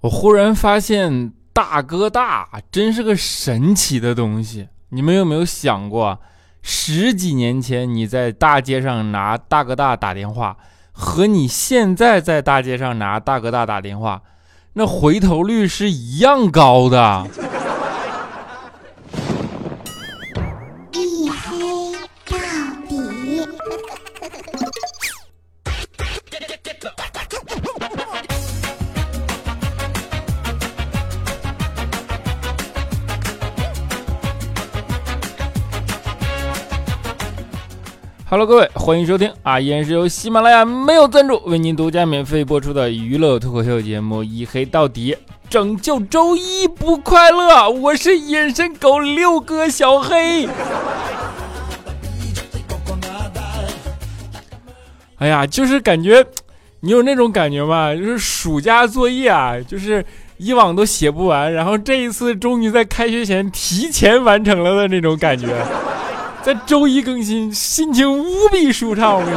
我忽然发现大哥大真是个神奇的东西。你们有没有想过，10几年前你在大街上拿大哥大打电话，和你现在在大街上拿大哥大打电话，那回头率是一样高的。 一黑到底。 Hello， 各位，欢迎收听依然是由喜马拉雅没有赞助为您独家免费播出的娱乐脱口秀节目《一黑到底》，拯救周一不快乐。我是隐身狗六哥小黑。哎呀，就是感觉，你有那种感觉吗？就是暑假作业啊，就是以往都写不完，然后这一次终于在开学前提前完成了的那种感觉。在周一更新，心情无比舒畅。我跟你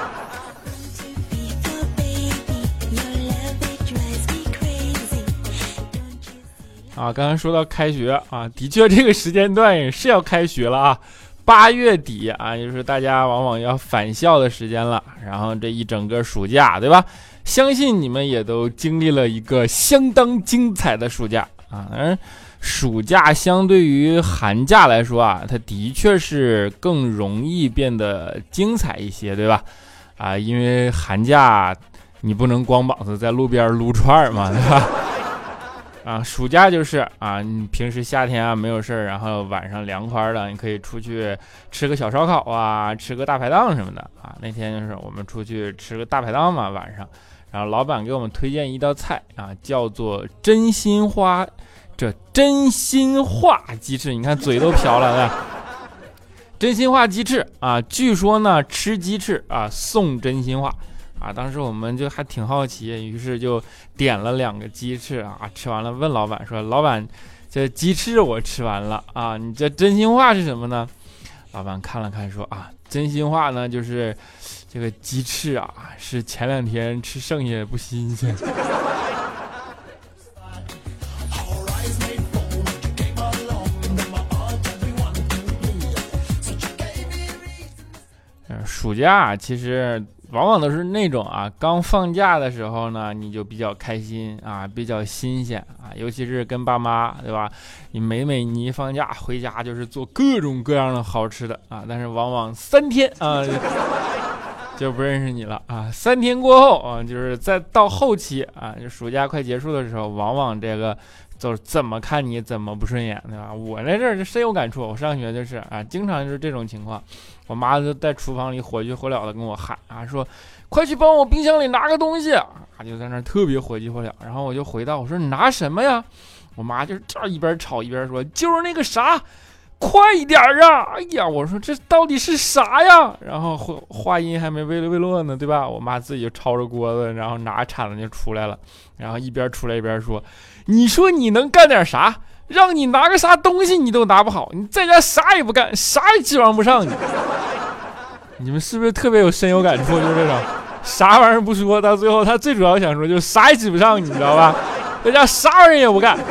说，刚刚说到开学啊，的确这个时间段也是要开学了啊。8月底啊，就是大家往往要返校的时间了。然后这一整个暑假，对吧？相信你们也都经历了一个相当精彩的暑假啊。暑假相对于寒假来说啊，它的确是更容易变得精彩一些，对吧？因为寒假你不能光膀子在路边撸串嘛，对吧？暑假就是你平时夏天啊没有事儿，然后晚上凉快的，你可以出去吃个小烧烤啊，吃个大排档什么的啊。那天就是我们出去吃个大排档嘛，晚上，然后老板给我们推荐一道菜啊，叫做真心话。这真心话鸡翅，你看嘴都瓢了，真心话鸡翅啊！据说呢，吃鸡翅啊送真心话啊！当时我们就还挺好奇，于是就点了2个鸡翅啊，吃完了问老板说：“老板，这鸡翅我吃完了啊，你这真心话是什么呢？”老板看了看说：“真心话呢就是这个鸡翅啊，是前2天吃剩下不新鲜。”暑假其实往往都是那种刚放假的时候呢，你就比较开心比较新鲜尤其是跟爸妈，对吧？你每你一放假回家就是做各种各样的好吃的但是往往3天就不认识你了3天过后就是再到后期就暑假快结束的时候，往往这个就是怎么看你怎么不顺眼，对吧？我在这儿就深有感触，我上学就是经常就是这种情况。我妈就在厨房里火急火燎的跟我喊说快去帮我冰箱里拿个东西就在那儿特别火急火燎。然后我就回道，我说你拿什么呀？我妈就这一边吵一边说就是那个啥，快一点哎呀，我说这到底是啥呀？然后话音还没未落呢，对吧？我妈自己就抄着锅子，然后拿铲子就出来了，然后一边出来一边说，你说你能干点啥？让你拿个啥东西你都拿不好，你在家啥也不干，啥也指望不上你。你们是不是特别有深有感触？就是这种啥玩意儿不说，到最后他最主要想说就是啥也指不上你，知道吧？在家啥玩意儿也不干。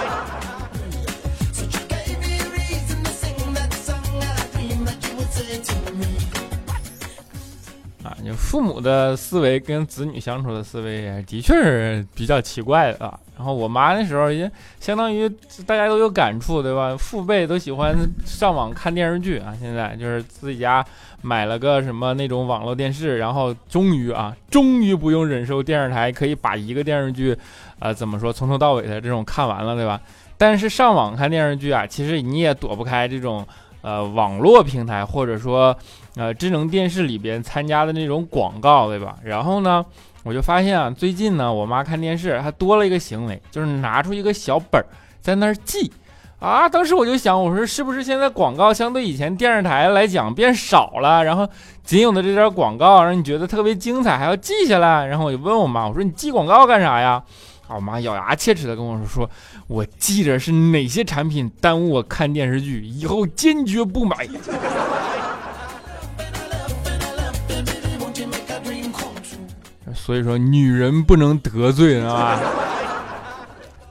就父母的思维跟子女相处的思维的确是比较奇怪的然后我妈那时候也相当于大家都有感触，对吧？父辈都喜欢上网看电视剧现在就是自己家买了个什么那种网络电视，然后终于不用忍受电视台可以把一个电视剧怎么说从头到尾的这种看完了，对吧？但是上网看电视剧其实你也躲不开这种网络平台或者说智能电视里边参加的那种广告，对吧？然后呢我就发现最近呢我妈看电视还多了一个行为，就是拿出一个小本在那儿记当时我就想，我说是不是现在广告相对以前电视台来讲变少了，然后仅有的这点广告让你觉得特别精彩还要记下来。然后我就问我妈，我说你记广告干啥呀？我妈咬牙切齿的跟我说我记着是哪些产品耽误我看电视剧，以后坚决不买。所以说女人不能得罪，知道吧？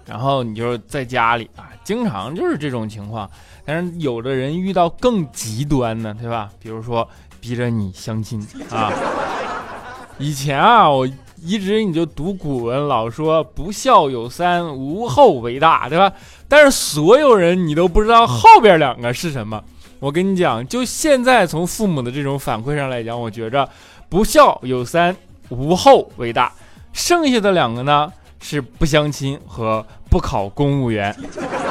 然后你就在家里啊，经常就是这种情况。但是有的人遇到更极端的，对吧？比如说逼着你相亲啊。以前啊，我一直你就读古文，老说不孝有三，无后为大，对吧？但是所有人你都不知道后边两个是什么。我跟你讲，就现在从父母的这种反馈上来讲，我觉着不孝有三，无后为大，剩下的两个呢是不相亲和不考公务员。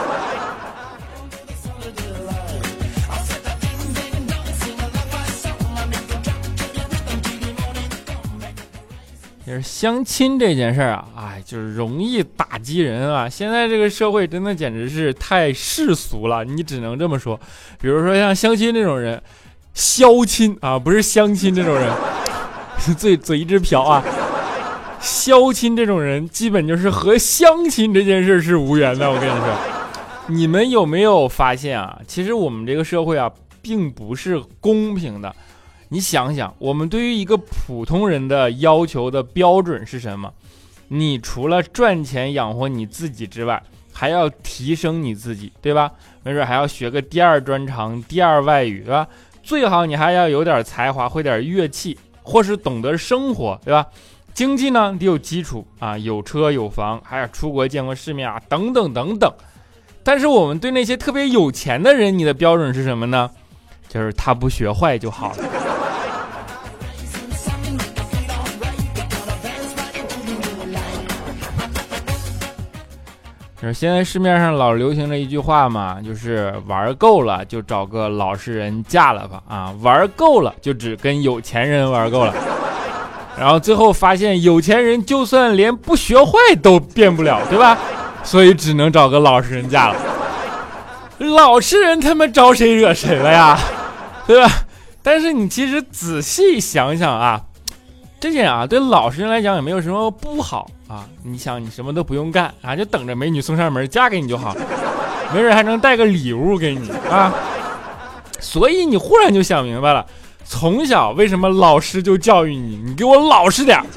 就是相亲这件事儿啊，哎，就是容易打击人啊！现在这个社会真的简直是太世俗了，你只能这么说。比如说像相亲这种人，相亲啊，不是相亲这种人，嘴一直瓢啊。相亲这种人，基本就是和相亲这件事是无缘的。我跟你说，你们有没有发现啊？其实我们这个社会啊，并不是公平的。你想想，我们对于一个普通人的要求的标准是什么？你除了赚钱养活你自己之外，还要提升你自己，对吧？没准还要学个第二专长、第二外语，对吧？最好你还要有点才华，会点乐器，或是懂得生活，对吧？经济呢得有基础啊，有车有房，还要出国见过世面啊，等等等等。但是我们对那些特别有钱的人，你的标准是什么呢？就是他不学坏就好了。就是现在市面上老流行着一句话嘛，就是玩够了就找个老实人嫁了吧啊，玩够了就只跟有钱人玩够了，然后最后发现有钱人就算连不学坏都变不了，对吧？所以只能找个老实人嫁了。老实人他们招谁惹谁了呀，对吧？但是你其实仔细想想啊，这些啊对老实人来讲也没有什么不好啊。你想你什么都不用干啊，就等着美女送上门嫁给你就好，没准还能带个礼物给你啊。所以你忽然就想明白了，从小为什么老师就教育你，你给我老实点。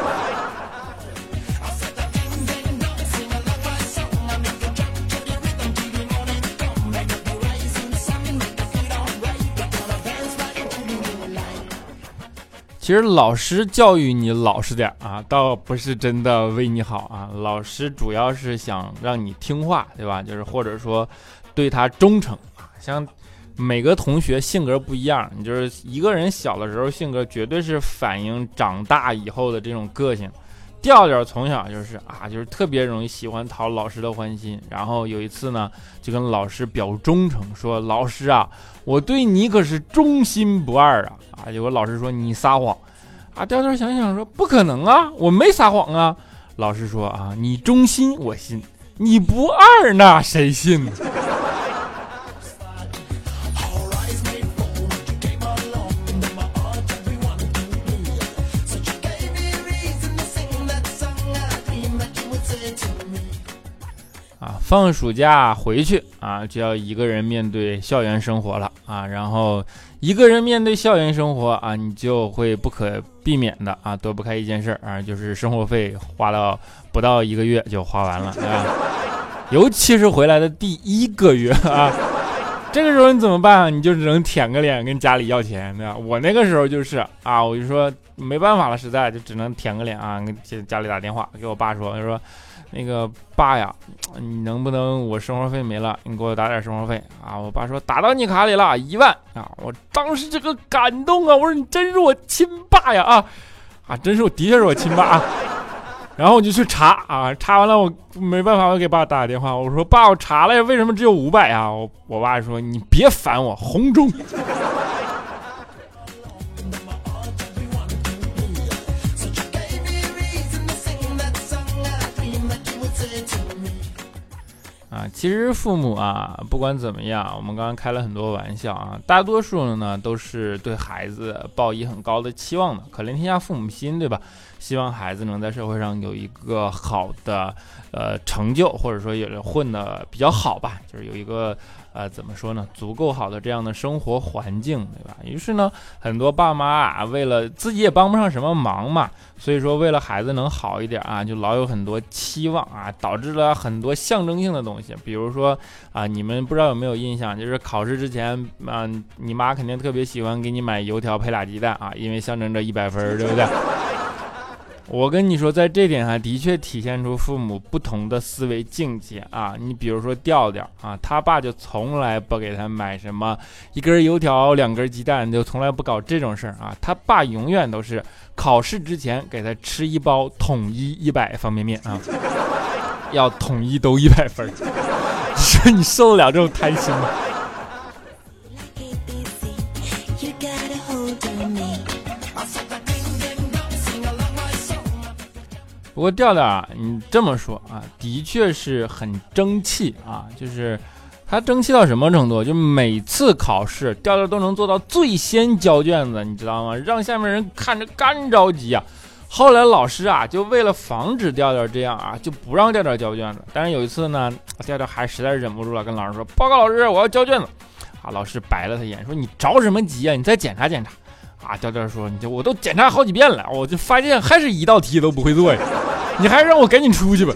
其实老师教育你老实点啊，倒不是真的为你好啊。老师主要是想让你听话，对吧？就是或者说对他忠诚啊。像每个同学性格不一样，你就是一个人小的时候性格绝对是反映长大以后的这种个性。调调从小就是就是特别容易喜欢讨老师的欢心。然后有一次呢，就跟老师表忠诚，说老师啊，我对你可是忠心不二啊。结果老师说你撒谎啊。调调想想说不可能啊，我没撒谎啊。老师说你忠心我信，你不二那谁信呢？放暑假回去就要一个人面对校园生活了然后一个人面对校园生活你就会不可避免的躲不开一件事就是生活费花到不到1个月就花完了尤其是回来的第1个月这个时候你怎么办你就只能舔个脸跟家里要钱，对吧？我那个时候就是我就说没办法了，实在就只能舔个脸跟家里打电话给我爸说那个爸呀，你能不能我生活费没了，你给我打点生活费我爸说打到你卡里了1万我当时这个感动我说你真是我亲爸呀真是的确是我亲爸然后我就去查查完了我没办法，我给爸打电话，我说爸，我查了为什么只有500我爸说你别烦我，红中。 啊，其实父母啊，不管怎么样，我们刚刚开了很多玩笑啊，大多数呢都是对孩子抱以很高的期望的，可怜天下父母心，对吧？希望孩子能在社会上有一个好的成就，或者说也混得比较好吧，就是有一个怎么说呢，足够好的这样的生活环境，对吧？于是呢，很多爸妈啊，为了自己也帮不上什么忙嘛，所以说为了孩子能好一点啊，就老有很多期望啊，导致了很多象征性的东西，比如说啊，你们不知道有没有印象，就是考试之前啊，你妈肯定特别喜欢给你买油条配俩鸡蛋啊，因为象征着100分，对不对？我跟你说，在这点上的确体现出父母不同的思维境界啊！你比如说调调啊，他爸就从来不给他买什么1根油条2根鸡蛋，就从来不搞这种事儿啊！他爸永远都是考试之前给他吃一包统一100方便面啊，要统一都100分。你说你受得了这种贪心吗？不过调调啊，你这么说啊，的确是很争气啊，就是他争气到什么程度？就每次考试，调调都能做到最先交卷子，你知道吗？让下面人看着干着急啊。后来老师啊，就为了防止调调这样啊，就不让调调交卷子。但是有一次呢，调调还实在是忍不住了，跟老师说：“报告老师，我要交卷子。”啊，老师白了他一眼，说：“你着什么急啊？你再检查检查。”啊，调调说：“我都检查好几遍了，我就发现还是一道题都不会做呀，你还是让我赶紧出去吧。”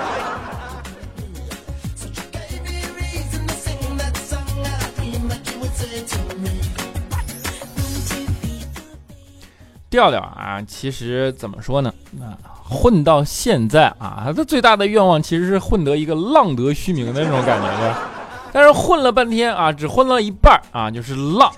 调调啊，其实怎么说呢？混到现在啊，他的最大的愿望其实是混得一个浪得虚名的那种感觉的，但是混了半天啊，只混了一半啊，就是浪。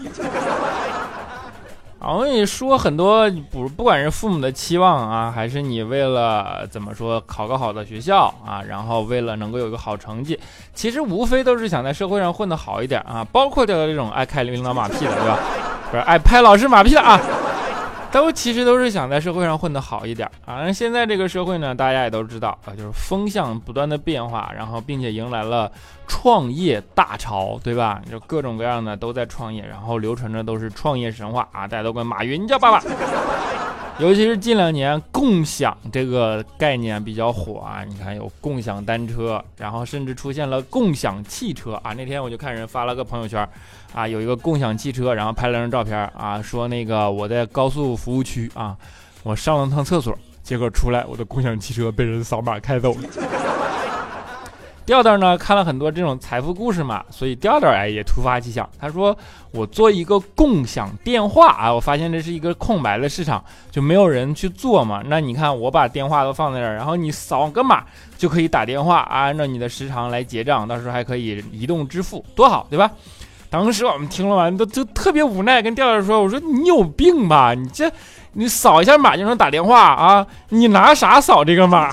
啊，我跟你说很多不管是父母的期望啊，还是你为了怎么说考个好的学校啊，然后为了能够有一个好成绩，其实无非都是想在社会上混得好一点啊，包括这种爱开领导马屁的，对吧？不是爱拍老师马屁的啊，其实都是想在社会上混得好一点啊。现在这个社会呢，大家也都知道啊，就是风向不断的变化，然后并且迎来了创业大潮，对吧？就各种各样的都在创业，然后流传着都是创业神话啊，大家都管马云叫爸爸。尤其是近2年，共享这个概念比较火啊！你看有共享单车，然后甚至出现了共享汽车啊！那天我就看人发了个朋友圈，啊，有一个共享汽车，然后拍了张照片啊，说那个我在高速服务区啊，我上了趟厕所，结果出来我的共享汽车被人扫码开走了。调调呢看了很多这种财富故事嘛，所以调调也突发奇想，他说我做一个共享电话啊，我发现这是一个空白的市场，就没有人去做嘛。那你看我把电话都放在这儿，然后你扫个码就可以打电话啊，按照你的时长来结账，到时候还可以移动支付，多好，对吧？当时我们听了完都特别无奈，跟调调说，我说你有病吧，你扫一下码就能打电话啊，你拿啥扫这个码？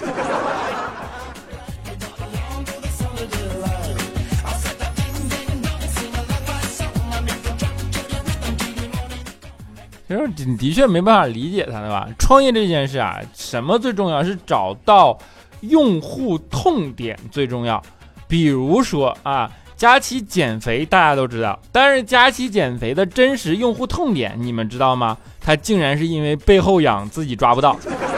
其实的确没办法理解他，对吧？创业这件事啊，什么最重要？是找到用户痛点最重要。比如说啊，佳琪减肥大家都知道，但是佳琪减肥的真实用户痛点你们知道吗？他竟然是因为背后痒自己抓不到。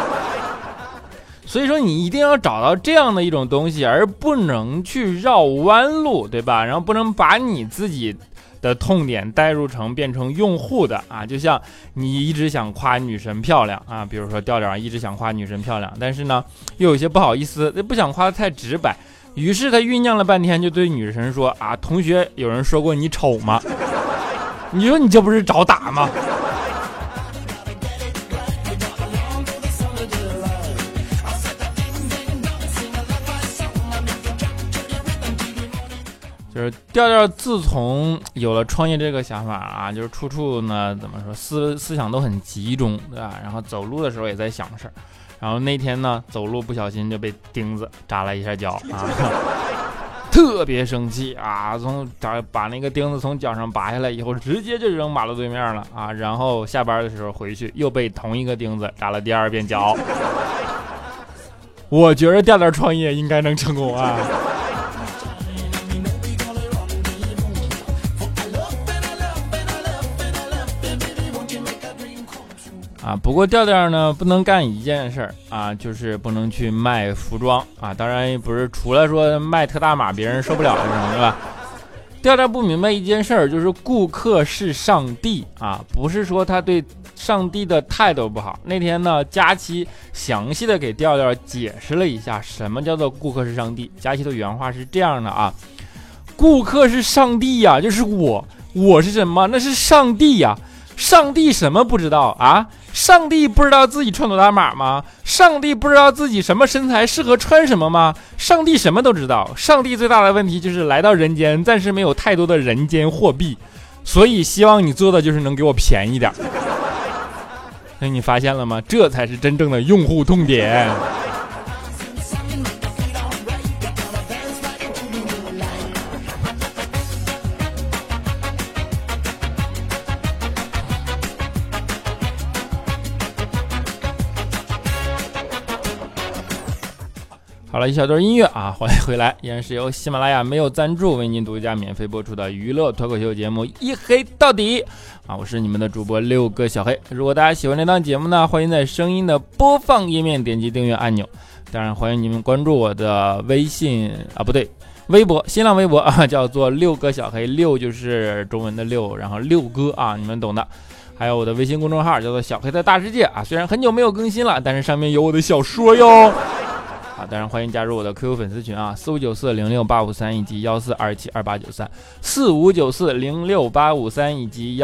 所以说你一定要找到这样的一种东西，而不能去绕弯路，对吧？然后不能把你自己的痛点带入成变成用户的啊，就像你一直想夸女神漂亮啊，比如说调调一直想夸女神漂亮，但是呢又有些不好意思，不想夸得太直白，于是他酝酿了半天就对女神说啊，同学有人说过你丑吗？你说你这不是找打吗？就是调调自从有了创业这个想法啊，就是处处呢怎么说思想都很集中，对吧？然后走路的时候也在想事儿，然后那天呢走路不小心就被钉子扎了一下脚啊，特别生气啊，把那个钉子从脚上拔下来以后，直接就扔马路对面了啊，然后下班的时候回去又被同一个钉子扎了第2遍脚。我觉得调调创业应该能成功啊。 啊。不过调调呢不能干一件事儿啊，就是不能去卖服装啊。当然不是除了说卖特大码别人受不了的这种，对吧？调调不明白一件事儿，就是顾客是上帝啊，不是说他对上帝的态度不好。那天呢，佳琪详细的给调调解释了一下什么叫做顾客是上帝。佳琪的原话是这样的啊，顾客是上帝呀，就是我是什么？那是上帝呀。上帝什么不知道啊？上帝不知道自己穿多大码吗？上帝不知道自己什么身材适合穿什么吗？上帝什么都知道。上帝最大的问题就是来到人间，暂时没有太多的人间货币，所以希望你做的就是能给我便宜点。所以你发现了吗？这才是真正的用户痛点。好了，一小段音乐啊，欢迎回来，依然是由喜马拉雅没有赞助为您独家免费播出的娱乐脱口秀节目一黑到底啊，我是你们的主播六哥小黑。如果大家喜欢这档节目呢，欢迎在声音的播放页面点击订阅按钮，当然欢迎你们关注我的微信啊，不对，微博，新浪微博啊，叫做六哥小黑，六就是中文的六，然后六哥啊，你们懂的。还有我的微信公众号叫做小黑的大世界啊，虽然很久没有更新了，但是上面有我的小说哟。啊，当然欢迎加入我的 QQ 粉丝群啊，4594068553以及14272893，4594068553以及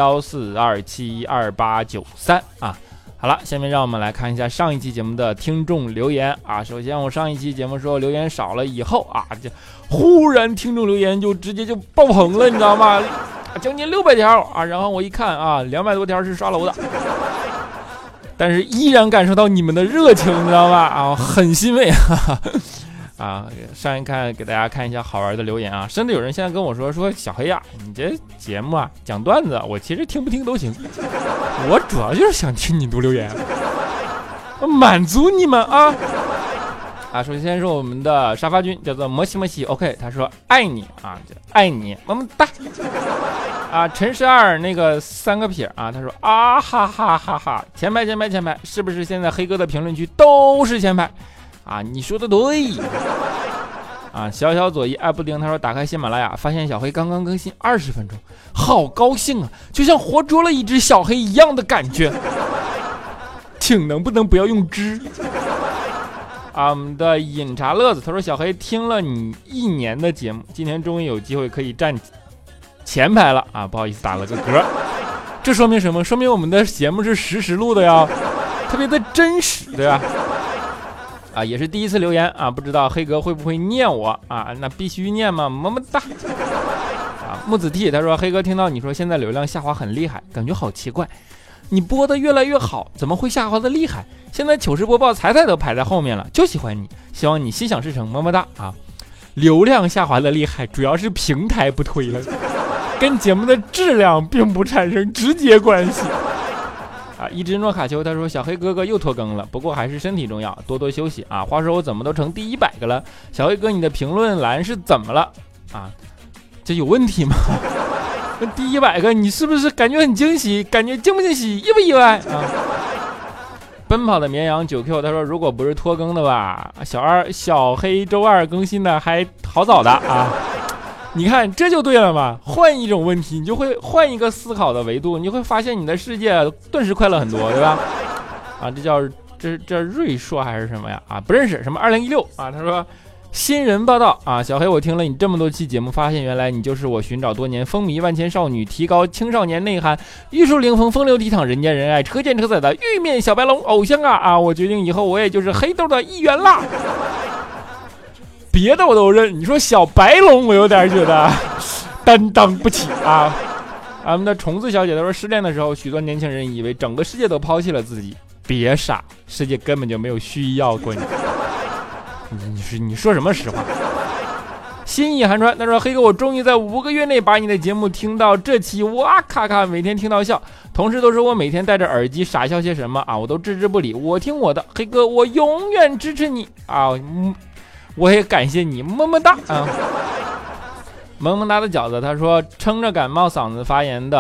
14272893啊。好了，下面让我们来看一下上一期节目的听众留言啊。首先我上一期节目说留言少了以后啊，就忽然听众留言就直接就爆棚了，你知道吗？将近600条啊，然后我一看啊，200多条是刷楼的。但是依然感受到你们的热情，你知道吧？啊，很欣慰啊！上一看给大家看一下好玩的留言啊，甚至有人现在跟我说小黑呀，你这节目啊讲段子，我其实听不听都行，我主要就是想听你读留言，满足你们啊！啊，首先是我们的沙发君，叫做摩西摩西 ，OK， 他说爱你啊，爱你，么么哒。啊，陈12那个3个撇啊，他说啊哈哈哈哈，前排，是不是现在黑哥的评论区都是前排？啊，你说的对。啊，小左一爱布丁，他说打开喜马拉雅，发现小黑刚刚更新20分钟，好高兴啊，就像活捉了一只小黑一样的感觉。请能不能不要用只？啊，我们的饮茶乐子，他说小黑听了你1年的节目，今天终于有机会可以站前排了啊！不好意思，打了个嗝。这说明什么？说明我们的节目是实时录的呀，特别的真实，对吧？啊，也是第一次留言啊，不知道黑哥会不会念我啊？那必须念嘛，么么哒。啊，木子 T 他说黑哥听到你说现在流量下滑很厉害，感觉好奇怪。你播的越来越好，怎么会下滑的厉害？现在糗事播报彩都排在后面了，就喜欢你，希望你心想事成，么么哒啊！流量下滑的厉害，主要是平台不推了。跟节目的质量并不产生直接关系啊！一只诺卡丘他说小黑哥哥又拖更了，不过还是身体重要，多多休息啊！话说我怎么都成第100个了？小黑哥你的评论栏是怎么了啊？这有问题吗？第100个你是不是感觉很惊喜？感觉惊不惊喜？意不意外啊？奔跑的绵羊 9Q 他说如果不是拖更的吧，小黑周2更新的还好早的啊！你看这就对了嘛，换一种问题，你就会换一个思考的维度，你会发现你的世界顿时快乐很多，对吧？啊，这叫这瑞硕还是什么呀？啊，不认识，什么2016啊？他说新人报道啊，小黑，我听了你这么多期节目，发现原来你就是我寻找多年风靡万千少女、提高青少年内涵、玉树临风、风流倜傥、人见人爱、车见车载的玉面小白龙偶像啊！我决定以后我也就是黑豆的一员啦。别的我都认，你说小白龙，我有点觉得担当不起啊。俺们的虫子小姐她说，失恋的时候，许多年轻人以为整个世界都抛弃了自己，别傻，世界根本就没有需要过你。你说什么实话？心意寒川，他说黑哥，我终于在5个月内把你的节目听到这期，哇咔咔，每天听到笑，同事都说我每天戴着耳机傻笑些什么啊，我都置之不理，我听我的，黑哥，我永远支持你啊！我也感谢你，么么哒啊！萌萌哒的饺子他说，撑着感冒嗓子发炎的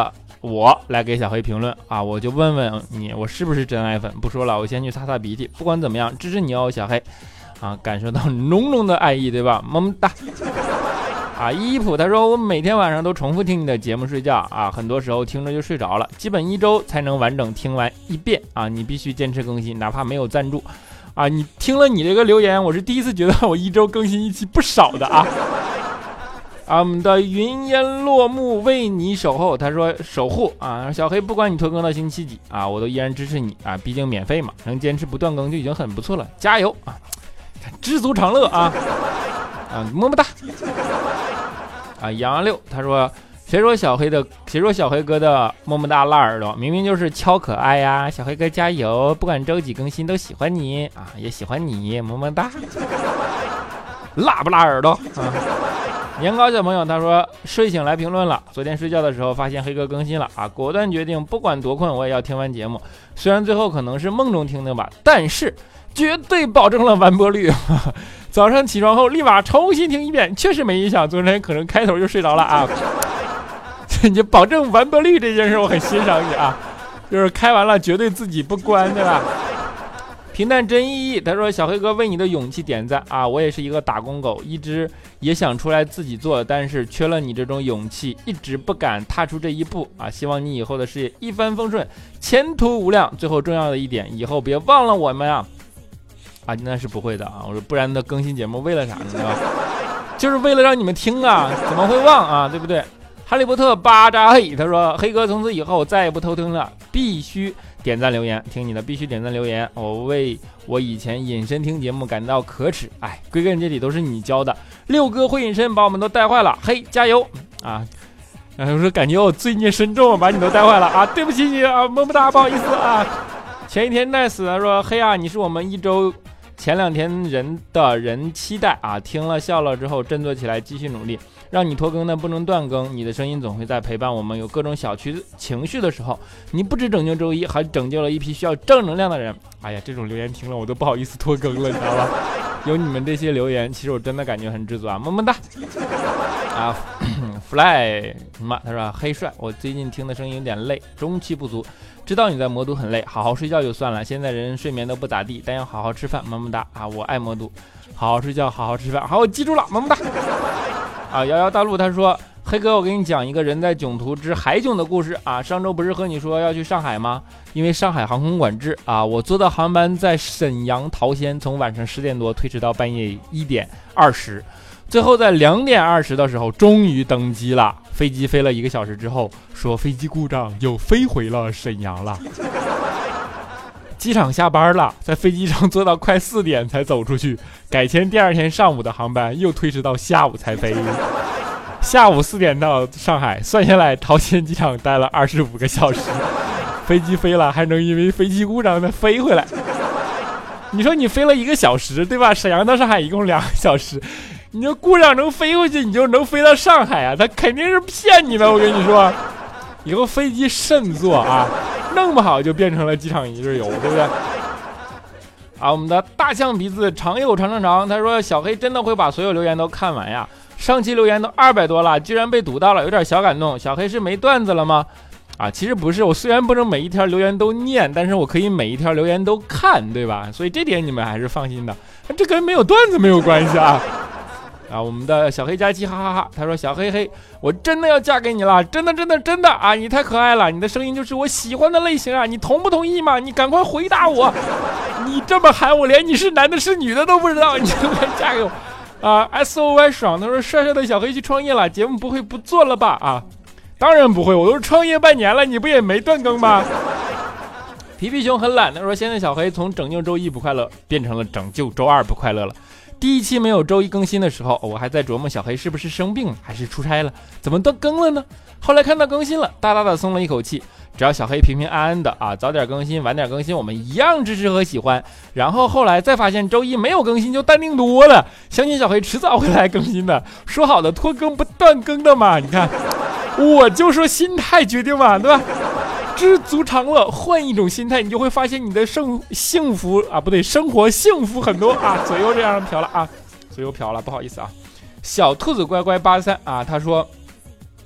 我来给小黑评论啊，我就问问你，我是不是真爱粉？不说了，我先去擦擦鼻涕。不管怎么样，支持你哦，小黑啊，感受到浓浓的爱意，对吧？么么哒。啊，依普他说我每天晚上都重复听你的节目睡觉啊，很多时候听着就睡着了，基本1周才能完整听完一遍啊，你必须坚持更新，哪怕没有赞助啊。你听了你这个留言，我是第一次觉得我1周更新一期不少的啊。啊，我们的云烟落幕为你守候，他说守护啊，小黑不管你拖更到星期几啊，我都依然支持你啊，毕竟免费嘛，能坚持不断更就已经很不错了，加油啊，知足常乐啊。啊，么么哒！啊，杨六他说，谁说小黑哥的么么哒辣耳朵，明明就是超可爱呀！小黑哥加油，不管周几更新都喜欢你啊，也喜欢你，么么哒！辣不辣耳朵啊？年糕小朋友他说睡醒来评论了，昨天睡觉的时候发现黑哥更新了啊，果断决定不管多困我也要听完节目，虽然最后可能是梦中听的吧，但是绝对保证了完播率。早上起床后立马重新听一遍，确实没影响昨天可能开头就睡着了啊。你保证完播率这件事我很欣赏你啊，就是开完了绝对自己不关，对吧？平淡真意义他说小黑哥为你的勇气点赞啊，我也是一个打工狗，一直也想出来自己做，但是缺了你这种勇气，一直不敢踏出这一步啊，希望你以后的事业一帆风顺，前途无量。最后重要的一点，以后别忘了我们啊。啊，那是不会的啊！我说不然的更新节目为了啥，你知道吧？就是为了让你们听啊，怎么会忘啊？对不对？哈利波特巴扎黑他说黑哥从此以后再也不偷听了，必须点赞留言，听你的必须点赞留言。我为我以前隐身听节目感到可耻，哎，归根结底都是你教的。六哥会隐身把我们都带坏了，嘿，加油啊！然后说感觉我罪孽深重，把你都带坏了啊！对不起你啊，么么哒，不好意思啊。前一天 nice 他说嘿啊，你是我们1周前2天人期待啊，听了笑了之后振作起来继续努力，让你拖更的不能断更，你的声音总会在陪伴我们有各种小情绪的时候，你不止拯救周一，还拯救了一批需要正能量的人。哎呀，这种留言听了我都不好意思拖更了，你知道吧？有你们这些留言，其实我真的感觉很知足啊，么么哒啊。fly 妈他说黑帅，我最近听的声音有点累，中气不足，知道你在魔都很累，好好睡觉就算了，现在人睡眠都不咋地，但要好好吃饭，么么哒啊！我爱魔都，好好睡觉，好好吃饭，好，我记住了，么么哒啊！遥遥大陆他说黑哥，我给你讲一个人在囧途之海囧的故事啊！上周不是和你说要去上海吗？因为上海航空管制啊，我坐的航班在沈阳桃仙，从晚上10点多推迟到半夜1点20，最后在2点20的时候终于登机了。飞机飞了1个小时之后，说飞机故障，又飞回了沈阳了。机场下班了，在飞机上坐到快4点才走出去，改签第2天上午的航班，又推迟到下午才飞。下午4点到上海，算下来桃仙机场待了25个小时，飞机飞了还能因为飞机故障再飞回来。你说你飞了1个小时，对吧？沈阳到上海一共2个小时，你就故障能飞回去，你就能飞到上海啊？他肯定是骗你的，我跟你说，以后飞机慎坐啊，弄不好就变成了机场一日游，对不对？啊，我们的大象鼻子长又长，他说小黑真的会把所有留言都看完呀，上期留言都200多了，居然被读到了，有点小感动。小黑是没段子了吗？啊，其实不是，我虽然不能每一条留言都念，但是我可以每一条留言都看，对吧？所以这点你们还是放心的，这跟没有段子没有关系啊。啊，我们的小黑佳期哈哈哈，他说小黑黑，我真的要嫁给你了，真的啊，你太可爱了，你的声音就是我喜欢的类型啊，你同不同意嘛？你赶快回答我，你这么喊我连你是男的是女的都不知道，你就该嫁给我啊。SOY 爽，他说帅帅的小黑去创业了，节目不会不做了吧？啊，当然不会，我都是创业半年了，你不也没断更吗？皮皮熊很懒，他说现在小黑从拯救周一不快乐变成了拯救周二不快乐了。第一期没有周一更新的时候，我还在琢磨小黑是不是生病了还是出差了，怎么都更了呢？后来看到更新了，大大的松了一口气，只要小黑平平安安的啊，早点更新晚点更新我们一样支持和喜欢。然后后来再发现周一没有更新就淡定多了，相信小黑迟早会来更新的，说好的拖更不断更的嘛，你看我就说心态决定嘛，对吧？知足常乐，换一种心态，你就会发现你的幸福啊，不对，生活幸福很多啊。嘴又这样瓢了啊，嘴又瓢了，不好意思啊。小兔子乖乖83啊，他说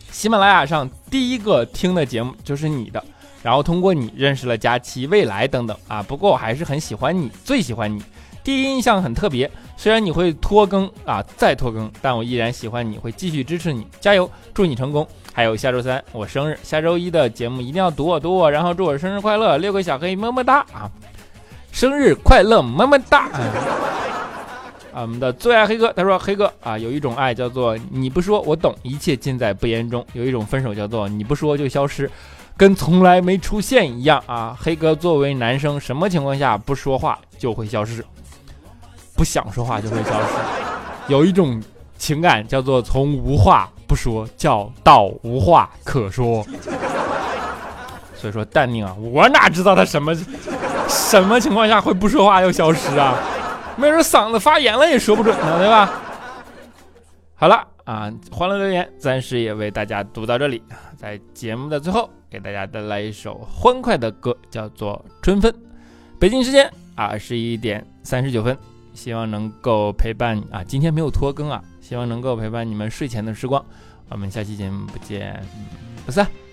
喜马拉雅上第一个听的节目就是你的，然后通过你认识了佳期、未来等等啊。不过我还是很喜欢你，最喜欢你，第一印象很特别。虽然你会拖更啊，再拖更，但我依然喜欢你，会继续支持你，加油，祝你成功。还有下周三我生日，下周一的节目一定要读我，然后祝我生日快乐，6个小黑么么哒啊！生日快乐，么么哒！我们的最爱黑哥，他说黑哥啊，有一种爱叫做你不说我懂，一切尽在不言中；有一种分手叫做你不说就消失，跟从来没出现一样啊。黑哥作为男生，什么情况下不说话就会消失？不想说话就会消失。有一种情感叫做从无话不说叫到无话可说。所以说淡定啊，我哪知道他什么情况下会不说话又消失啊？没准嗓子发炎了也说不准呢，对吧？好了啊，欢乐留言暂时也为大家读到这里。在节目的最后，给大家带来一首欢快的歌，叫做《春分》。北京时间21点39分，希望能够陪伴啊，今天没有拖更啊，希望能够陪伴你们睡前的时光。我们下期节目不见不散。